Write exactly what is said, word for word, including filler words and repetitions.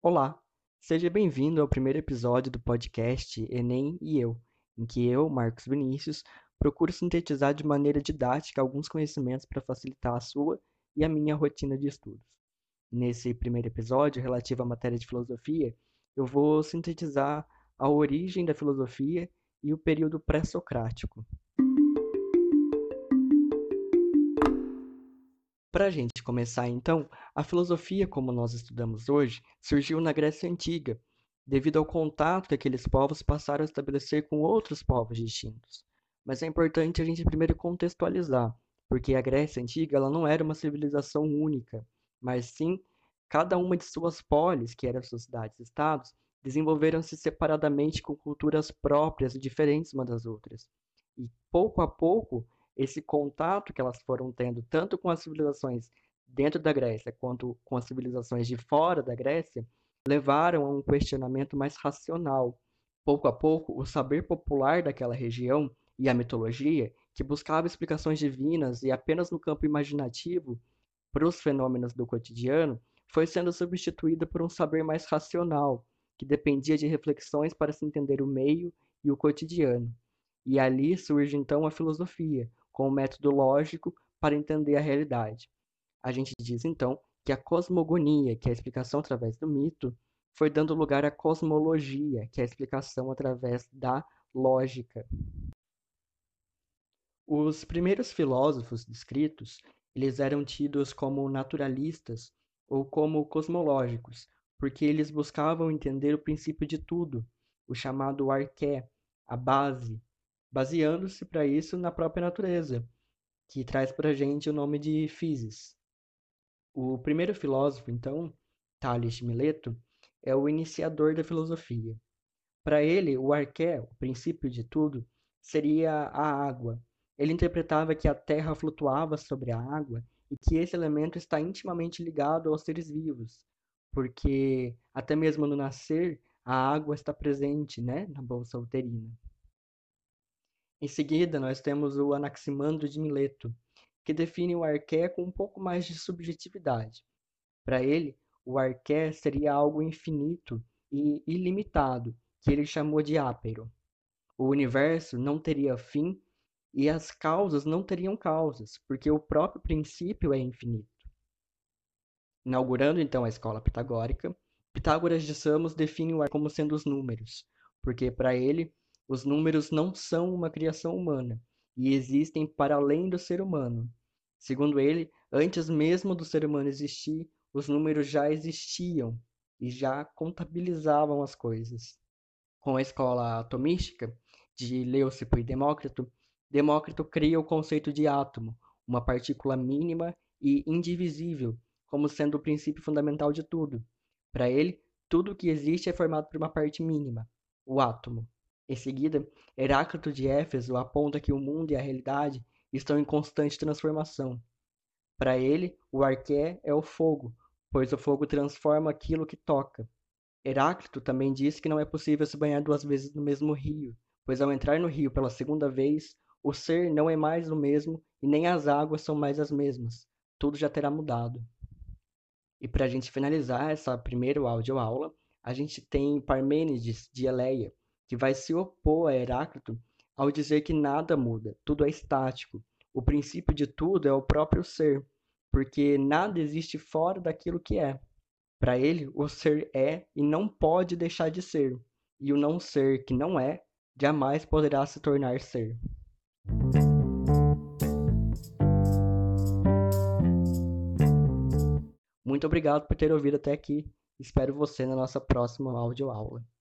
Olá, seja bem-vindo ao primeiro episódio do podcast Enem e Eu, em que eu, Marcos Vinícius, procuro sintetizar de maneira didática alguns conhecimentos para facilitar a sua e a minha rotina de estudos. Nesse primeiro episódio, relativo à matéria de filosofia, eu vou sintetizar a origem da filosofia e o período pré-socrático. Para a gente começar, então, a filosofia, como nós estudamos hoje, surgiu na Grécia Antiga, devido ao contato que aqueles povos passaram a estabelecer com outros povos distintos. Mas é importante a gente primeiro contextualizar, porque a Grécia Antiga ela não era uma civilização única, mas sim cada uma de suas polis, que eram suas cidades-estados, desenvolveram-se separadamente com culturas próprias e diferentes umas das outras. E pouco a pouco esse contato que elas foram tendo tanto com as civilizações dentro da Grécia quanto com as civilizações de fora da Grécia levaram a um questionamento mais racional. Pouco a pouco, o saber popular daquela região e a mitologia, que buscava explicações divinas e apenas no campo imaginativo para os fenômenos do cotidiano, foi sendo substituída por um saber mais racional, que dependia de reflexões para se entender o meio e o cotidiano. E ali surge então a filosofia, com um método lógico para entender a realidade. A gente diz então que a cosmogonia, que é a explicação através do mito, foi dando lugar à cosmologia, que é a explicação através da lógica. Os primeiros filósofos descritos, eles eram tidos como naturalistas ou como cosmológicos, porque eles buscavam entender o princípio de tudo, o chamado arqué, a base, baseando-se para isso na própria natureza, que traz para a gente o nome de physis. O primeiro filósofo, então, Tales de Mileto, é o iniciador da filosofia. Para ele, o arqué, o princípio de tudo, seria a água. Ele interpretava que a terra flutuava sobre a água e que esse elemento está intimamente ligado aos seres vivos, porque até mesmo no nascer, a água está presente, né, na bolsa uterina. Em seguida, nós temos o Anaximandro de Mileto, que define o arqué com um pouco mais de subjetividade. Para ele, o arqué seria algo infinito e ilimitado, que ele chamou de ápero. O universo não teria fim e as causas não teriam causas, porque o próprio princípio é infinito. Inaugurando então a escola pitagórica, Pitágoras de Samos define o arqué como sendo os números, porque para ele os números não são uma criação humana e existem para além do ser humano. Segundo ele, antes mesmo do ser humano existir, os números já existiam e já contabilizavam as coisas. Com a escola atomística de Leucipo e Demócrito, Demócrito cria o conceito de átomo, uma partícula mínima e indivisível, como sendo o princípio fundamental de tudo. Para ele, tudo o que existe é formado por uma parte mínima, o átomo. Em seguida, Heráclito de Éfeso aponta que o mundo e a realidade estão em constante transformação. Para ele, o arqué é o fogo, pois o fogo transforma aquilo que toca. Heráclito também diz que não é possível se banhar duas vezes no mesmo rio, pois ao entrar no rio pela segunda vez, o ser não é mais o mesmo e nem as águas são mais as mesmas. Tudo já terá mudado. E para a gente finalizar essa primeira audioaula, a gente tem Parmênides de Eleia, que vai se opor a Heráclito ao dizer que nada muda, tudo é estático. O princípio de tudo é o próprio ser, porque nada existe fora daquilo que é. Para ele, o ser é e não pode deixar de ser, e o não ser que não é, jamais poderá se tornar ser. Muito obrigado por ter ouvido até aqui. Espero você na nossa próxima audioaula.